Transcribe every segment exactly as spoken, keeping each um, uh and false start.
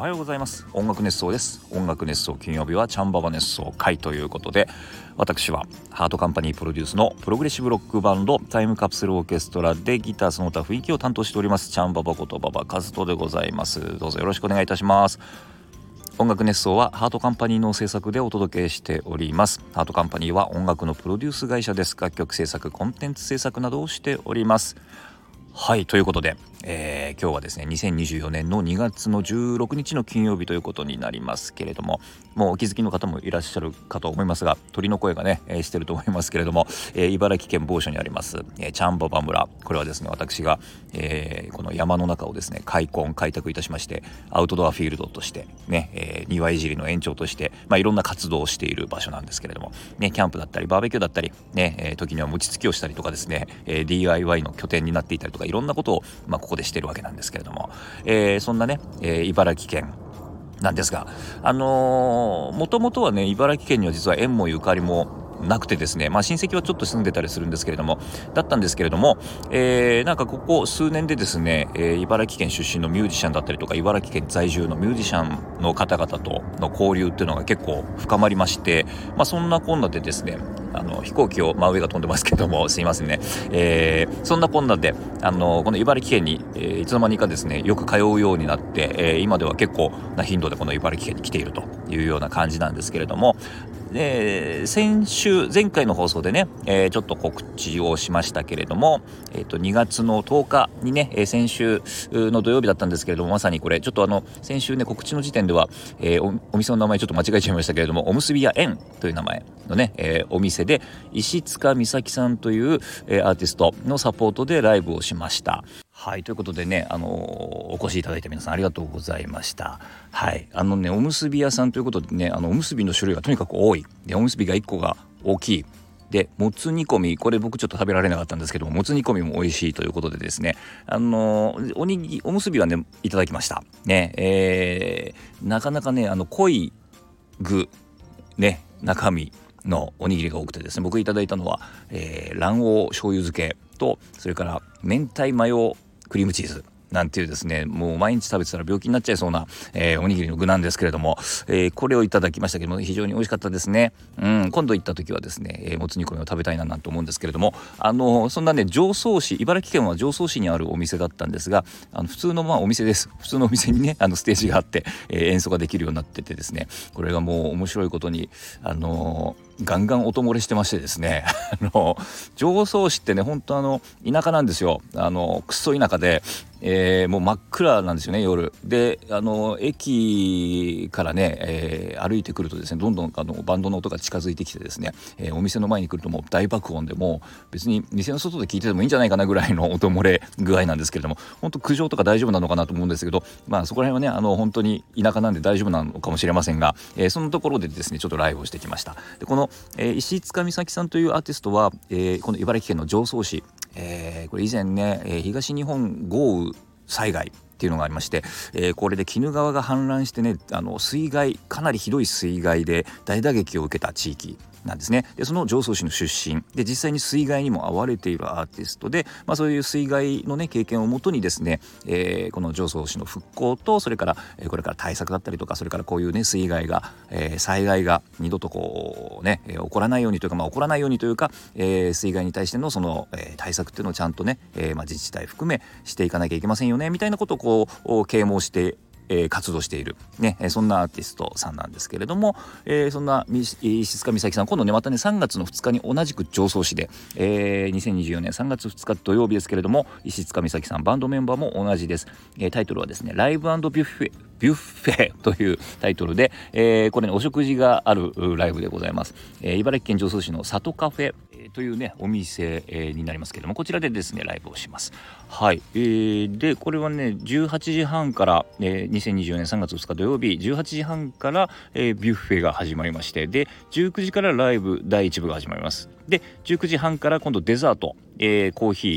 はようございます。音楽熱奏です。音楽熱奏金曜日はチャンババ熱奏会ということで、私はハートカンパニープロデュースのプログレッシブロックバンドタイムカプセルオーケストラでギターその他雰囲気を担当しておりますチャンババことババカズトでございます。どうぞよろしくお願いいたします。音楽熱奏はハートカンパニーの制作でお届けしております。ハートカンパニーは音楽のプロデュース会社です。楽曲制作、コンテンツ制作などをしております。はい、ということで、えー、今日はですねにせんにじゅうよねんのにがつのじゅうろくにちの金曜日ということになりますけれども、もうお気づきの方もいらっしゃるかと思いますが、鳥の声がね、えー、してると思いますけれども、えー、茨城県某所にあります、えー、チャンババ村、これはですね私が、えー、この山の中をですね開墾開拓いたしまして、アウトドアフィールドとしてね、えー、庭いじりの延長として、まあ、いろんな活動をしている場所なんですけれども、ね、キャンプだったりバーベキューだったりね、えー、時には餅つきをしたりとかですね、えー、ディーアイワイ の拠点になっていたりとか、いろんなことを、まあ、ここでしてるわけなんですけれども、えー、そんなね、えー、茨城県なんですが、あのー、もともとはね茨城県には実は縁もゆかりもなくてですね、まあ親戚はちょっと住んでたりするんですけれども、だったんですけれども、えー、なんかここ数年でですね、えー、茨城県出身のミュージシャンだったりとか、茨城県在住のミュージシャンの方々との交流っていうのが結構深まりまして、まあそんなこんなでですね、あの飛行機を真上が飛んでますけども、すいませんね、えー、そんなこんなであのこの茨城県に、えー、いつの間にかですねよく通うようになって、えー、今では結構な頻度でこの茨城県に来ているというような感じなんですけれども、えー、先週前回の放送でね、えー、ちょっと告知をしましたけれども、えー、とにがつのとおかにね、えー、先週の土曜日だったんですけれども、まさにこれちょっとあの先週ね告知の時点では、えー、お, お店の名前ちょっと間違えちゃいましたけれども、おむすび屋縁という名前のね、えー、お店で石塚美咲さんという、えー、アーティストのサポートでライブをしました。はい、ということでね、あのー、お越しいただいた皆さんありがとうございました。はい、あのねおむすび屋さんということでね、あのおむすびの種類がとにかく多いで、おむすびがいっこが大きいで、もつ煮込み、これ僕ちょっと食べられなかったんですけども、もつ煮込みも美味しいということでですね、あのー、おにぎおむすびはねいただきましたね。えー、なかなかねあの濃い具ね中身のおにぎりが多くてですね、僕いただいたのは、えー、卵黄醤油漬けと、それから明太マヨクリームチーズなんていうですね、もう毎日食べてたら病気になっちゃいそうな、えー、おにぎりの具なんですけれども、えー、これをいただきましたけども、非常に美味しかったですね。うん、今度行った時はですね、えー、もつ煮込みを食べたいななんて思うんですけれども、あのー、そんなね常総市、茨城県は常総市にあるお店だったんですが、あの普通のまあお店です。普通のお店にねあのステージがあって、えー、演奏ができるようになっててですね、これがもう面白いことにあのーガンガン音漏れしてましてですねあの常総市ってね本当あの田舎なんですよ。あのくっそ田舎で、えー、もう真っ暗なんですよね夜で、あの駅からね、えー、歩いてくるとですね、どんどんあのバンドの音が近づいてきてですね、えー、お店の前に来るともう大爆音で、もう別に店の外で聞いててもいいんじゃないかなぐらいの音漏れ具合なんですけれども、本当苦情とか大丈夫なのかなと思うんですけど、まあそこら辺はねあの本当に田舎なんで大丈夫なのかもしれませんが、えー、そのところでですねちょっとライブをしてきました。でこのえー、石塚美咲さんというアーティストは、えー、この茨城県の常総市、えー、これ以前ね、えー、東日本豪雨災害っていうのがありまして、えー、これで鬼怒川が氾濫してね、あの水害、かなりひどい水害で大打撃を受けた地域なんですね。でその常総市の出身で、実際に水害にも遭われているアーティストで、まあ、そういう水害のね経験をもとにですね、えー、この常総市の復興と、それから、えー、これから対策だったりとか、それからこういうね水害が、えー、災害が二度とこうね、えー、起こらないようにというか、まあ起こらないようにというか、えー、水害に対してのその、えー、対策っていうのをちゃんとね、えーまあ、自治体含めしていかなきゃいけませんよねみたいなことをこう啓蒙してえー、活動している、ね、そんなアーティストさんなんですけれども、えー、そんな石塚美咲さん、今度ねまたねさんがつのふつかに同じく常総市で、えー、にせんにじゅうよねんさんがつふつか土曜日ですけれども、石塚美咲さんバンドメンバーも同じです。えー、タイトルはですねライブ&ビュッフェビュッフェというタイトルで、えー、これねお食事があるライブでございます。えー、茨城県常総市の里カフェというねお店、えー、になりますけれども、こちらでですねライブをします。はい、えー、でこれはねじゅうはちじはんから、えー、にせんにじゅうよねんさんがつふつか土曜日じゅうはちじはんから、えー、ビュッフェが始まりまして、でじゅうくじからライブだいいち部が始まります。でじゅうくじはんから今度デザート、えー、コーヒー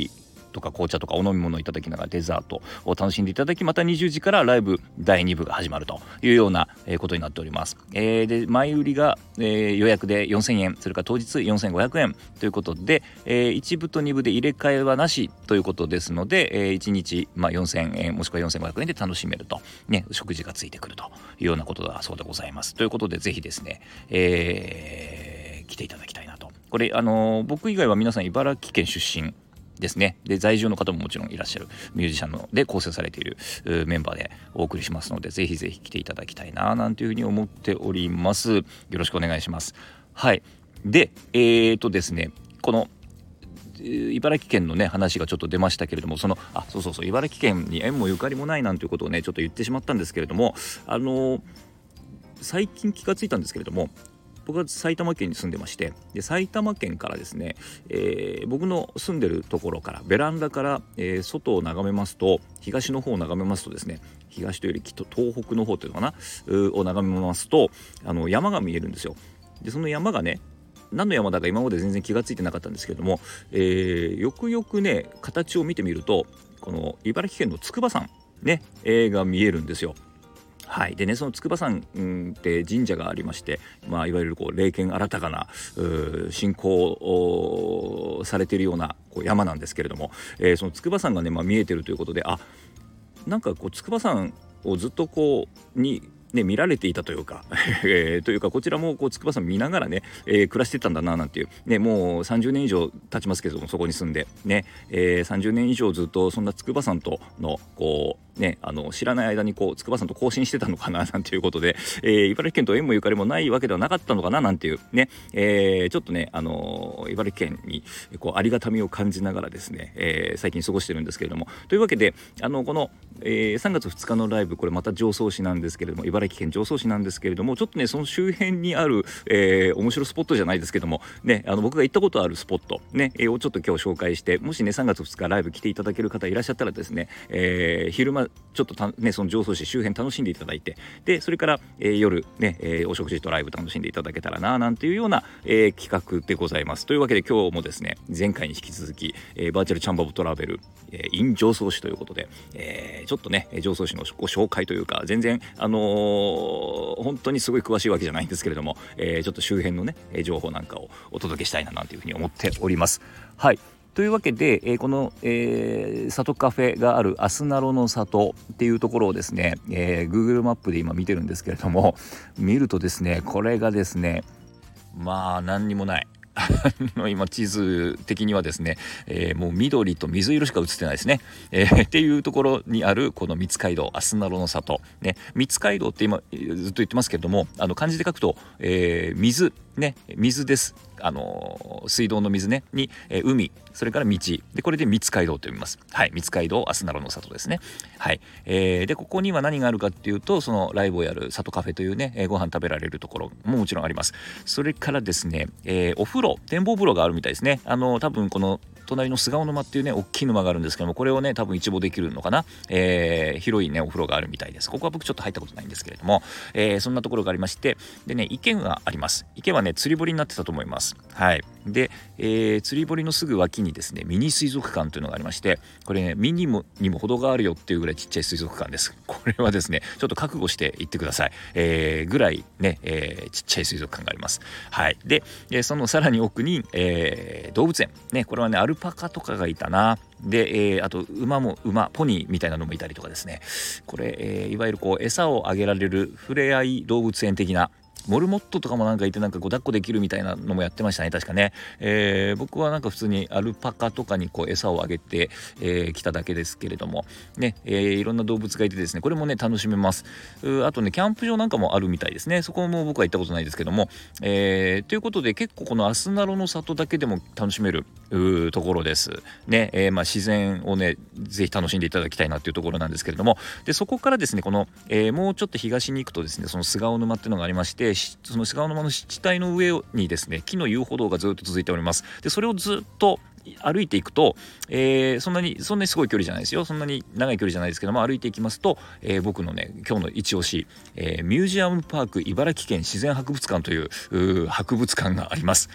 とか紅茶とかお飲み物をいただきながらデザートを楽しんでいただき、またにじゅうじからライブだいに部が始まるというようなことになっております。えー、で前売りが、えー、予約でよんせんえん、それから当日よんせんごひゃくえんということで、えー、いち部とに部で入れ替えはなしということですので、えー、いちにち、まあ、よんせんえんもしくはよんせんごひゃくえんで楽しめると、ね、食事がついてくるというようなことだそうでございます。ということでぜひですね、えー、来ていただきたいなと。これあのー、僕以外は皆さん茨城県出身ですね。で在住の方ももちろんいらっしゃるミュージシャンので構成されているメンバーでお送りしますので、ぜひぜひ来ていただきたいななんていうふうに思っております。よろしくお願いします。はい。でえーとですねこの茨城県のね話がちょっと出ましたけれども、そのあそうそうそう茨城県に縁もゆかりもないなんていうことをねちょっと言ってしまったんですけれども、あのー、最近気がついたんですけれども、僕は埼玉県に住んでまして、で埼玉県からですね、えー、僕の住んでるところからベランダから、えー、外を眺めますと、東の方を眺めますとですね、東というよりきっと東北の方というのかなを眺めますと、あの山が見えるんですよ。でその山がね何の山だか今まで全然気がついてなかったんですけれども、えー、よくよくね形を見てみると、この茨城県の筑波山ね、えー、が見えるんですよ。はい。でね、その筑波山って神社がありまして、まあ、いわゆるこう霊験新たかな信仰されているようなこう山なんですけれども、えー、その筑波山がね、まあ、見えてるということで、あ、なんかこう筑波山をずっとこうにね、見られていたというか、えー、というかこちらもこう筑波山見ながらね、えー、暮らしてたんだななんていう、ね、もうさんじゅうねん以上経ちますけれども、そこに住んでね、えー、さんじゅうねん以上ずっとそんな筑波山とのこうね、あの知らない間にこう筑波山と交信してたのかななんていうことで、えー、茨城県と縁もゆかりもないわけではなかったのかななんていうね、えー、ちょっとね、あのー、茨城県にこうありがたみを感じながらですね、えー、最近過ごしてるんですけれども、というわけであのこの、えー、さんがつふつかのライブ、これまた常総市なんですけれども、茨城県常総市なんですけれども、ちょっとねその周辺にある、えー、面白スポットじゃないですけどもね、あの僕が行ったことあるスポットね、えー、をちょっと今日紹介して、もしねさんがつふつかライブ来ていただける方いらっしゃったらですね、えー、昼間ちょっとた、ね、その常総市周辺楽しんでいただいて、でそれから、えー、夜ね、えー、お食事とライブ楽しんでいただけたらななんていうような、えー、企画でございます。というわけで今日もですね、前回に引き続き、えー、バーチャルチャンバボトラベル、えー、in 常総市ということで、えー、ちょっとね常総市のご紹介というか、全然あのー、本当にすごい詳しいわけじゃないんですけれども、えー、ちょっと周辺のね情報なんかをお届けしたいななんていうふうに思っております。はい。というわけで、えー、この、えー、里カフェがあるアスナロの里っていうところをですね、えー、Google マップで今見てるんですけれども、見るとですね、これがですね、まあ何にもない今地図的にはですね、えー、もう緑と水色しか映ってないですね、えー、っていうところにあるこの三街道アスナロの里ね、三街道って今ずっと言ってますけれども、あの漢字で書くと、えー、水ね、水です。あのー、水道の水ねに、えー、海、それから道で、これで三街道と読みます。はい、三街道アスナロの里ですね。はい、えー、でここには何があるかっていうと、そのライブをやる里カフェというね、えー、ご飯食べられるところももちろんあります。それからですね、えー、お風呂、展望風呂があるみたいですね。あのー、多分この隣の菅生沼っていうね大きい沼があるんですけども、これをね多分一望できるのかな、えー、広いねお風呂があるみたいです。ここは僕ちょっと入ったことないんですけれども、えー、そんなところがありまして、でね池があります。池はね釣り堀になってたと思います。はい。で、えー、釣り堀のすぐ脇にですねミニ水族館というのがありまして、これねミニもにも程があるよっていうぐらいちっちゃい水族館です。これはですねちょっと覚悟して行ってください、えー、ぐらいね、えー、ちっちゃい水族館があります。はい。で、えー、そのさらに奥に、えー、動物園ね、これはねアルパカとかがいたな。で、えー、あと馬も馬ポニーみたいなのもいたりとかですね、これ、えー、いわゆるこう餌をあげられる触れ合い動物園的な、モルモットとかもなんかいて、なんかこう抱っこできるみたいなのもやってましたね、確かね。えー、僕はなんか普通にアルパカとかにこう餌をあげてき、えー、ただけですけれどもね、えー、いろんな動物がいてですね、これもね楽しめます。あとねキャンプ場なんかもあるみたいですね。そこも僕は行ったことないですけども、えー、ということで結構このアスナロの里だけでも楽しめるところですね。えー、まあ自然をねぜひ楽しんでいただきたいなというところなんですけれども、でそこからですねこの、えー、もうちょっと東に行くとですね、その菅生沼っていうのがありまして、その菅生沼の湿地帯の上にですね木の遊歩道がずっと続いております。でそれをずっと歩いていくと、えー、そんなにそんなにすごい距離じゃないですよ、そんなに長い距離じゃないですけども、歩いていきますと、えー、僕のね今日の一押し、えー、ミュージアムパーク茨城県自然博物館という、う博物館があります。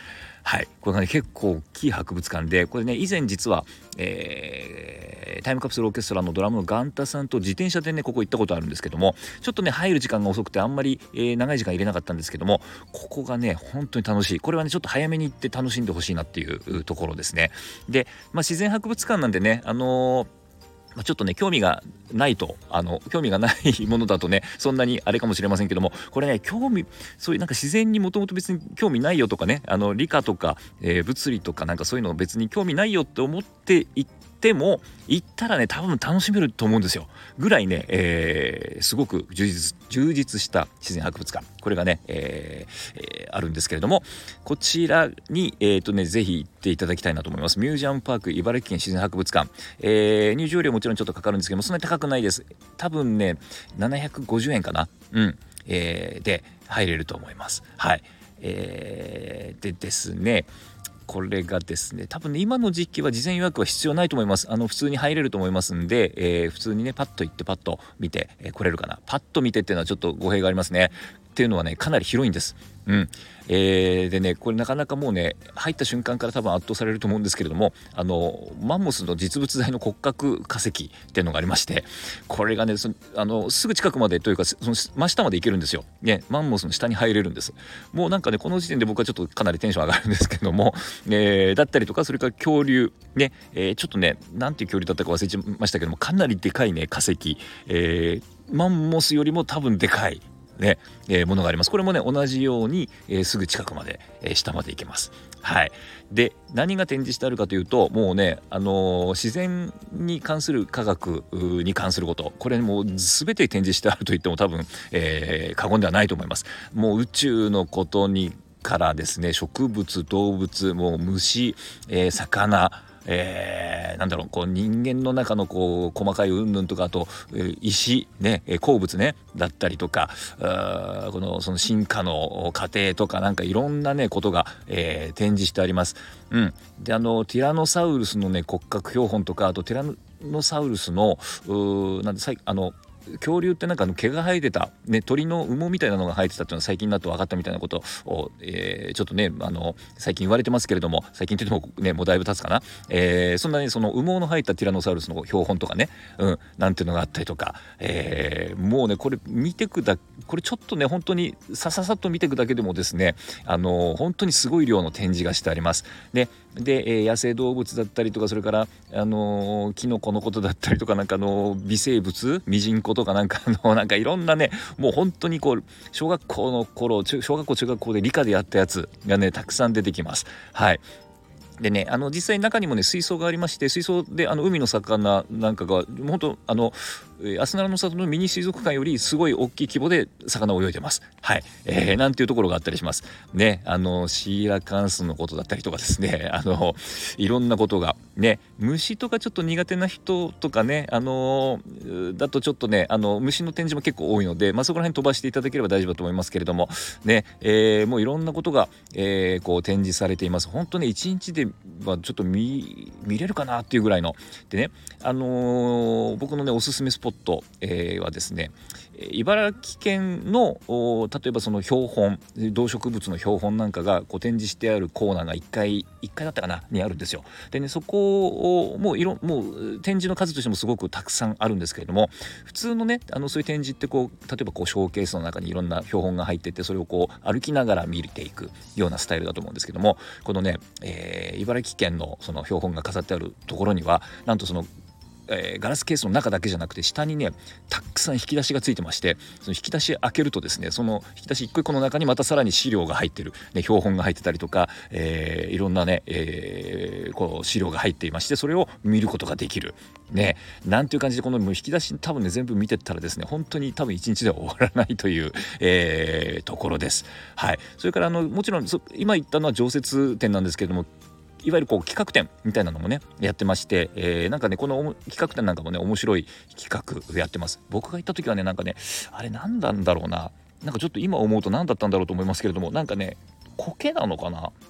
はい、これがね結構大きい博物館で、これね以前実は、えー、タイムカプセルオーケストラのドラムのガンタさんと自転車でねここ行ったことあるんですけども、ちょっとね入る時間が遅くてあんまり、えー、長い時間入れなかったんですけども、ここがね本当に楽しい。これはねちょっと早めに行って楽しんでほしいなっていうところですね。で、まあ、自然博物館なんでね、あのーまあ、ちょっとね興味がないとあの興味がないものだとねそんなにあれかもしれませんけども、これね興味そういうなんか自然にもともと別に興味ないよとかね、あの理科とか、えー物理とかなんかそういうの別に興味ないよって思って行っても行ったらね多分楽しめると思うんですよぐらいね、えーすごく充実充実した自然博物館、これがね、えーえーあるんですけれども、こちらに、えーとね、ぜひ行っていただきたいなと思います。ミュージアムパーク茨城県自然博物館、えー入場料もちろんちょっとかかるんですけども、そんなに高くないです。多分ねななひゃくごじゅうえんかな、うんえーで入れると思います。はい、えーでですねこれがですね多分ね今の時期は事前予約は必要ないと思います。あの普通に入れると思いますんで、えー普通にねパッと行ってパッと見て、えー来れるかな。パッと見てっていうのはちょっと語弊がありますね。っていうのはねかなり広いんです。うんえーでねこれなかなかもうね入った瞬間から多分圧倒されると思うんですけれども、あのマンモスの実物大の骨格化石っていうのがありまして、これがねそあのすぐ近くまでというかその真下まで行けるんですよ、ね、マンモスの下に入れるんです。もうなんかねこの時点で僕はちょっとかなりテンション上がるんですけども、えーだったりとかそれから恐竜ね、えーちょっとねなんていう恐竜だったか忘れちゃいましたけども、かなりでかいね化石、えーマンモスよりも多分でかいね、えーものがあります。これもね同じように、えーすぐ近くまで、えー下まで行けます。はい。で何が展示してあるかというと、もうね、あのー自然に関する科学に関すること、これもう全て展示してあると言っても多分、えー過言ではないと思います。もう宇宙のことにからですね、植物動物もう虫、えー魚えー、なんだろうこう人間の中のこう細かい云々とか、あと、えー石ね、えー鉱物ねだったりとか、あーこのその進化の過程とかなんかいろんなねことが、えー展示してあります。うん、であのティラノサウルスのね骨格標本とか、あとティラノサウルスのうーなんでさいあの恐竜ってなんかあの毛が生えてた、ね、鳥の羽毛みたいなのが生えてたっていうのは最近になって分かったみたいなことを、えーちょっとねあの最近言われてますけれども、最近って言ってもねもうだいぶ経つかな、えーそんなにその羽毛の生えたティラノサウルスの標本とかね、うん、なんていうのがあったりとか、えーもうねこれ見てくだこれちょっとね本当にさささっと見ていくだけでもですね、あの本当にすごい量の展示がしてあります。でで、えー野生動物だったりとか、それからあのーキノコのことだったりとか、なんかあのー微生物ミジンコとかなんかあのなんかいろんなね、もう本当にこう小学校の頃中小学校中学校で理科でやったやつがねたくさん出てきます。はい。でね、あの実際中にもね水槽がありまして、水槽であの海の魚なんかが本当あのえーアスナラの里のミニ水族館よりすごい大きい規模で魚を泳いでます。はい、えー、なんていうところがあったりしますね。あのシーラカンスのことだったりとかですね、あのいろんなことがね、虫とかちょっと苦手な人とかね、あのーだとちょっとねあの虫の展示も結構多いので、まあ、そこら辺飛ばしていただければ大丈夫だと思いますけれどもね、えーもういろんなことが、えーこう展示されています。本当にいちにちではちょっと 見, 見れるかなっていうぐらいのでね、あのー僕のねおすすめスポット、えーはですね、茨城県の例えばその標本動植物の標本なんかがこう展示してあるコーナーがいっかいいっかいだったかなにあるんですよ。でねそこをもういろもう展示の数としてもすごくたくさんあるんですけれども、普通のねあのそういう展示ってこう例えばこうショーケースの中にいろんな標本が入ってて、それをこう歩きながら見ていくようなスタイルだと思うんですけども、このね、えー茨城県のその標本が飾ってあるところにはなんとそのえーガラスケースの中だけじゃなくて下にねたくさん引き出しがついてまして、その引き出し開けるとですね、その引き出し一個一個の中にまたさらに資料が入ってる、ね、標本が入ってたりとか、えーいろんなね、えーこう資料が入っていまして、それを見ることができるね、なんていう感じでこの引き出し多分ね全部見てったらですね本当に多分一日では終わらないという、えーところです。はい。それからあのもちろんそ今言ったのは常設展なんですけれども、いわゆるこう企画展みたいなのもねやってまして、えー、なんかねこの企画展なんかもね面白い企画やってます。僕が行った時はねなんかねあれ何なんだろうな、なんかちょっと今思うと何だったんだろうと思いますけれども、なんかね苔なのかな、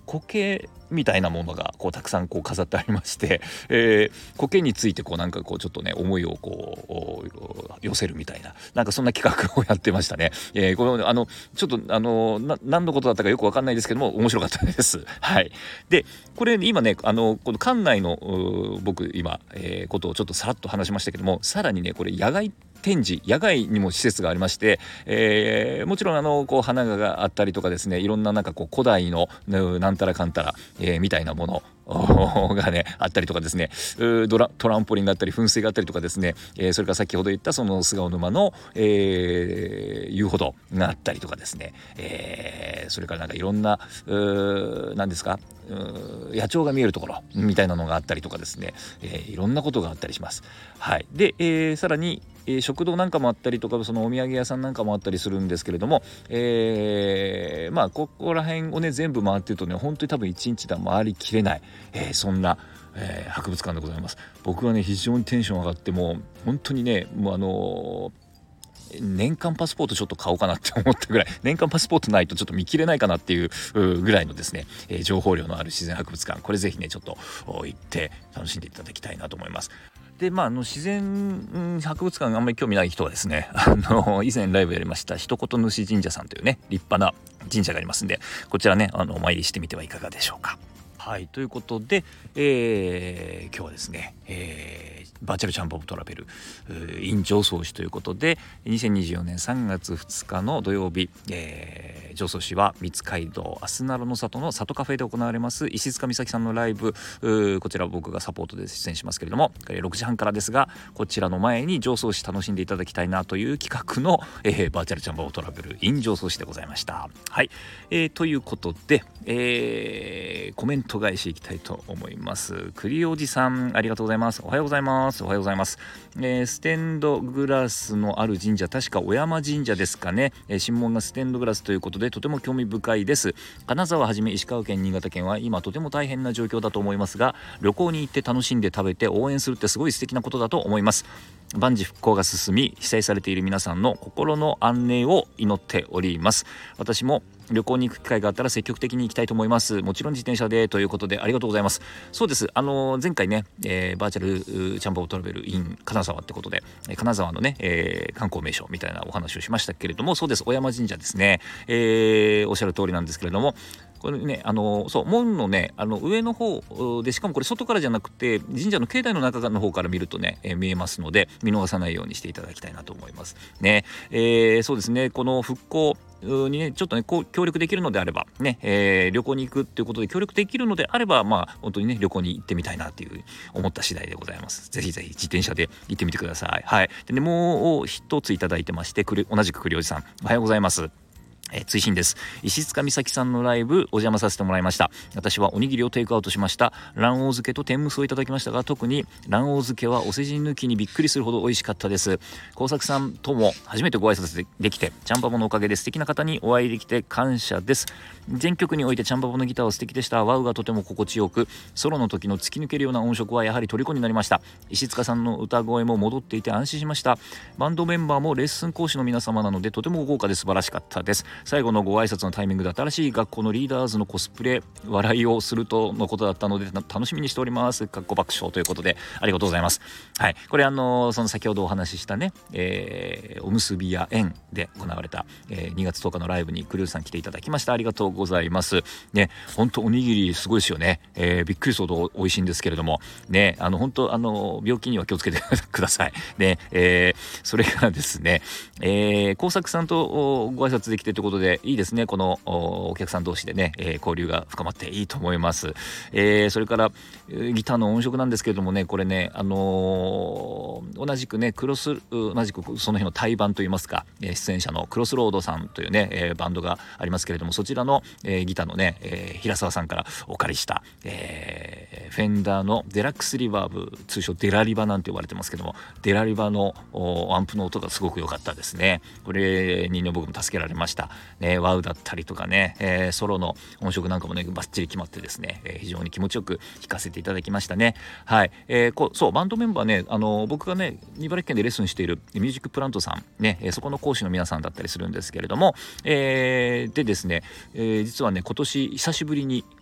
苔みたいなものがこうたくさんこう飾ってありまして、えー、苔についてこうなんかこうちょっとね思いをこう寄せるみたいな、なんかそんな企画をやってましたね。えー、このあのちょっとあのな何のことだったかよく分かんないですけども面白かったです。はい。でこれ今ねあのこの館内の僕今、えー、ことをちょっとさらっと話しましたけども、さらにねこれ野外展示野外にも施設がありまして、えー、もちろんあのこう花があったりとかですね、いろんななんかこう古代のなんたらかんたら、えー、みたいなものがねあったりとかですね、ドラトランポリンがあったり噴水があったりとかですね、えー、それから先ほど言ったその菅生沼の、えー、遊歩道があったりとかですね、えー、それからなんかいろんな何ですか野鳥が見えるところみたいなのがあったりとかですね、えー、いろんなことがあったりします。はい。で、えー、さらにえー、食堂なんかもあったりとか、そのお土産屋さんなんかもあったりするんですけれども、えー、まあここら辺をね全部回ってるとね本当に多分一日では回りきれない、えー、そんな、えー、博物館でございます。僕はね非常にテンション上がって、もう本当にねもうあのー年間パスポートちょっと買おうかなって思ったぐらい、年間パスポートないとちょっと見切れないかなっていうぐらいのですね、えー、情報量のある自然博物館、これぜひねちょっと行って楽しんでいただきたいなと思います。でまあ、あの自然博物館があんまり興味ない人はですね、あの以前ライブやりました一言主神社さんというね立派な神社がありますんで、こちらねあのお参りしてみてはいかがでしょうか。はい、ということで、えー、今日はですね、えー、バーチャルチャンプオブトラベル in 常総市ということで、にせんにじゅうよねんさんがつふつかの土曜日、えー、常総市は三街道アスナロの里の里カフェで行われます石塚美咲さんのライブ、こちら僕がサポートで出演しますけれども、ろくじはんからですが、こちらの前に常総市楽しんでいただきたいなという企画の、えー、バーチャルチャンプオブトラベル in 常総市でございました。はい、えー、ということで、えー、コメント返しいきたいと思います。栗おじさんありがとうございます。おはようございます。おはようございます。えー、ステンドグラスのある神社、確か小山神社ですかね、えー、神門がステンドグラスということでとても興味深いです。金沢はじめ石川県新潟県は今とても大変な状況だと思いますが、旅行に行って楽しんで食べて応援するってすごい素敵なことだと思います。万事復興が進み被災されている皆さんの心の安寧を祈っております。私も旅行に行く機会があったら積極的に行きたいと思います。もちろん自転車でということでありがとうございます。そうです。あの前回ね、えー、バーチャルチャンプオブトラベル in 金沢ってことで金沢のね、えー、観光名所みたいなお話をしましたけれども、そうです、小山神社ですね、えー、おっしゃる通りなんですけれども、これね、あのそう門のねあの上の方で、しかもこれ外からじゃなくて神社の境内の中の方から見るとね、えー、見えますので見逃さないようにしていただきたいなと思いますね。えー、そうですね、この復興にねちょっとねこう協力できるのであればね、えー、旅行に行くっていうことで協力できるのであれば、まあ本当にね旅行に行ってみたいなっていう思った次第でございます。ぜひぜひ自転車で行ってみてください。はい。でね、もう一ついただいてまして、同じく栗おじさんおはようございます。えー、追伸です。石塚美咲さんのライブお邪魔させてもらいました。私はおにぎりをテイクアウトしました。卵黄漬けと天むすをいただきましたが、特に卵黄漬けはお世辞抜きにびっくりするほど美味しかったです。工作さんとも初めてご挨拶でできて、チャンバボのおかげで素敵な方にお会いできて感謝です。全曲においてチャンバボのギターは素敵でした。ワウがとても心地よく、ソロの時の突き抜けるような音色はやはり虜になりました。石塚さんの歌声も戻っていて安心しました。バンドメンバーもレッスン講師の皆様なのでとても豪華で素晴らしかったです。最後のご挨拶のタイミングで新しい学校のリーダーズのコスプレ笑いをするとのことだったので楽しみにしております。かっこ爆笑ということでありがとうございます。はい、これあのその先ほどお話ししたね、えー、おむすびや縁で行われた、えー、にがつとおかのライブにクルーさん来ていただきました。ありがとうございますね。本当おにぎりすごいですよね。えー、びっくりするほど美味しいんですけれどもね、あの本当あの病気には気をつけてくださいね。えー、それからですね、えー、工作さんとご挨拶できてということでいいですね。このお客さん同士でね、えー、交流が深まっていいと思います。えー、それからギターの音色なんですけれどもね、これね、あのー、同じくねクロス同じくその日の対バンといいますか、えー、出演者のクロスロードさんというね、えー、バンドがありますけれども、そちらの、えー、ギターのね、えー、平沢さんからお借りした、えー、フェンダーのデラックスリバーブ、通称デラリバなんて呼ばれてますけども、デラリバのアンプの音がすごく良かったですね。これにね僕も助けられましたね。ワウだったりとかね、えー、ソロの音色なんかもねバッチリ決まってですね、えー、非常に気持ちよく弾かせていただきましたね。はい、えー、こうそうバンドメンバーね、あの僕がね茨城県でレッスンしているミュージックプラントさんね、えー、そこの講師の皆さんだったりするんですけれども、えー、でですね、えー、実はね今年久しぶりに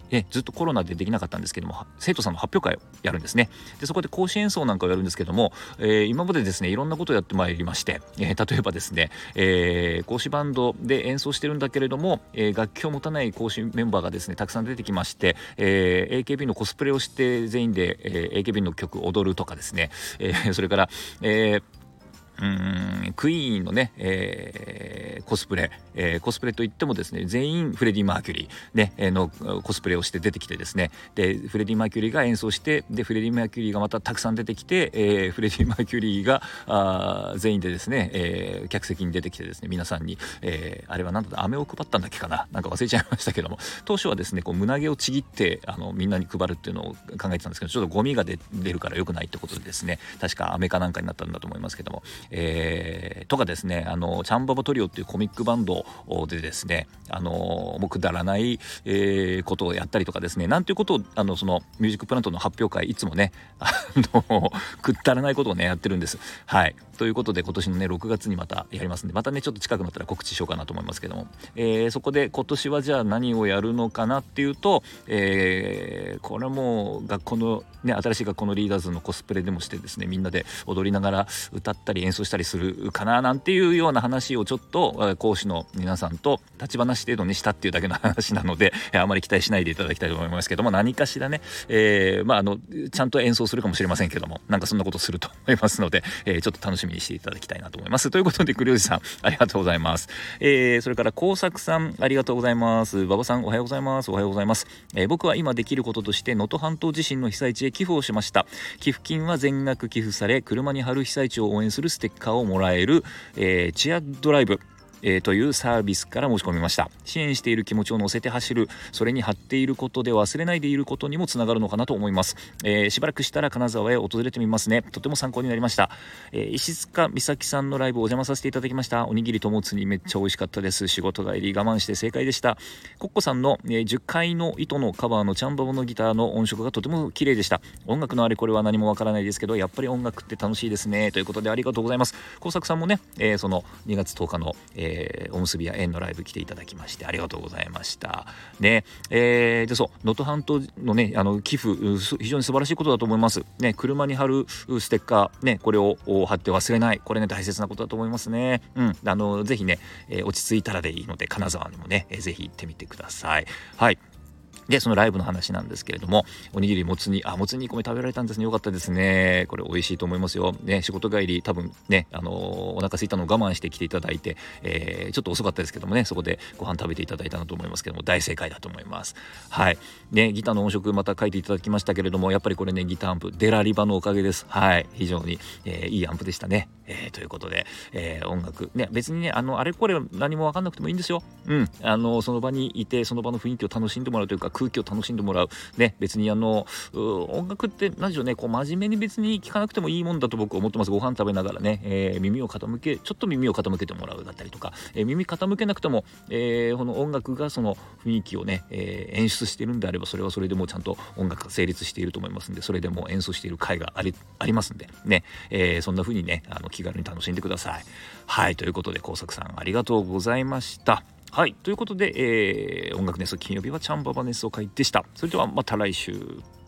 えずっとコロナでできなかったんですけども、生徒さんの発表会をやるんですね。でそこで講師演奏なんかをやるんですけども、えー、今までですねいろんなことをやってまいりまして、えー、例えばですね、えー、講師バンドで演奏してるんだけれども、えー、楽器を持たない講師メンバーがですねたくさん出てきまして、えー、エーケービー のコスプレをして全員で、えー、エーケービー の曲を踊るとかですね、えー、それから、えーうーんクイーンのね、えー、コスプレ、えー、コスプレといってもですね全員フレディ・マーキュリー、ねえー、のコスプレをして出てきてですね、でフレディ・マーキュリーが演奏して、でフレディ・マーキュリーがまたたくさん出てきて、えー、フレディ・マーキュリーがあ全員でですね、えー、客席に出てきてですね皆さんに、えー、あれは何だ飴を配ったんだっけかな、なんか忘れちゃいましたけども、当初はですねこう胸毛をちぎってあのみんなに配るっていうのを考えてたんですけど、ちょっとゴミが出るから良くないってことでですね、確か飴かなんかになったんだと思いますけども、えー、とかですね、あのチャンババトリオっていうコミックバンドでですね、あのもうくだらない、えー、ことをやったりとかですね、なんていうことをあのそのミュージックプラントの発表会いつもねあのくだらないことをねやってるんです。はい、ということで今年のねろくがつにまたやりますんで、またねちょっと近くなったら告知しようかなと思いますけども、えー、そこで今年はじゃあ何をやるのかなっていうと、えー、これも学校のね新しい学校のリーダーズのコスプレでもしてですね、みんなで踊りながら歌ったり演奏したりするかななんていうような話をちょっと講師の皆さんと立ち話程度にしたっていうだけの話なので、あまり期待しないでいただきたいと思いますけども、何かしらね、えー、まああのちゃんと演奏するかもしれませんけども、なんかそんなことすると思いますので、えー、ちょっと楽しみにしていただきたいなと思います。ということで栗おじさんありがとうございます。えー、それから工作さんありがとうございます。馬場さんおはようございます。おはようございます。えー、僕は今できることとして能登半島地震の被災地へ寄付をしました。寄付金は全額寄付され、車に貼る被災地を応援するステッカーをもらえる、えー、チアドライブえー、というサービスから申し込みました。支援している気持ちを乗せて走る、それに貼っていることで忘れないでいることにもつながるのかなと思います。えー、しばらくしたら金沢へ訪れてみますね。とても参考になりました。えー、石塚美咲さんのライブお邪魔させていただきました。おにぎりともつにめっちゃ美味しかったです。仕事帰り我慢して正解でした。コッコさんの、えー、じゅっかいの糸のカバーのチャンバボのギターの音色がとても綺麗でした。音楽のあれこれは何もわからないですけど、やっぱり音楽って楽しいですね。ということでありがとうございます。工作さんもね、えー、そのにがつとおかの、えー、おむすびや縁のライブ来ていただきましてありがとうございましたね。えー、でそう能登半島のねあの寄付非常に素晴らしいことだと思いますね。車に貼るステッカーね、これを貼って忘れない、これね大切なことだと思いますね。うんあのぜひね、えー、落ち着いたらでいいので金沢にもね、えー、ぜひ行ってみてください。はい。でそのライブの話なんですけれども、おにぎりもつ煮あもつ煮込め食べられたんですね。よかったですね。これ美味しいと思いますよね。仕事帰り多分ねあのー、お腹空いたのを我慢して来ていただいて、えー、ちょっと遅かったですけどもね、そこでご飯食べていただいたなと思いますけども、大正解だと思います。はいね、ギターの音色また書いていただきましたけれども、やっぱりこれねギターアンプデラリバのおかげです。はい非常に、えー、いいアンプでしたね。えー、ということで、えー、音楽ね別にねあのあれこれ何も分かんなくてもいいんですよ。うんあのその場にいてその場の雰囲気を楽しんでもらうというか空気を楽しんでもらうね、別にあの音楽って何でしょうね、こう真面目に別に聴かなくてもいいもんだと僕は思ってます。ご飯食べながらね、えー、耳を傾けちょっと耳を傾けてもらうだったりとか、えー、耳傾けなくても、えー、この音楽がその雰囲気をね、えー、演出しているんであれば、それはそれでもうちゃんと音楽が成立していると思いますんで、それでも演奏している回があり、ありますんでね、えー、そんな風にねあの気軽に楽しんでください。はいということで工作さんありがとうございました。はいということで、えー、音楽熱奏金曜日はチャンババ熱奏会でした。それではまた来週。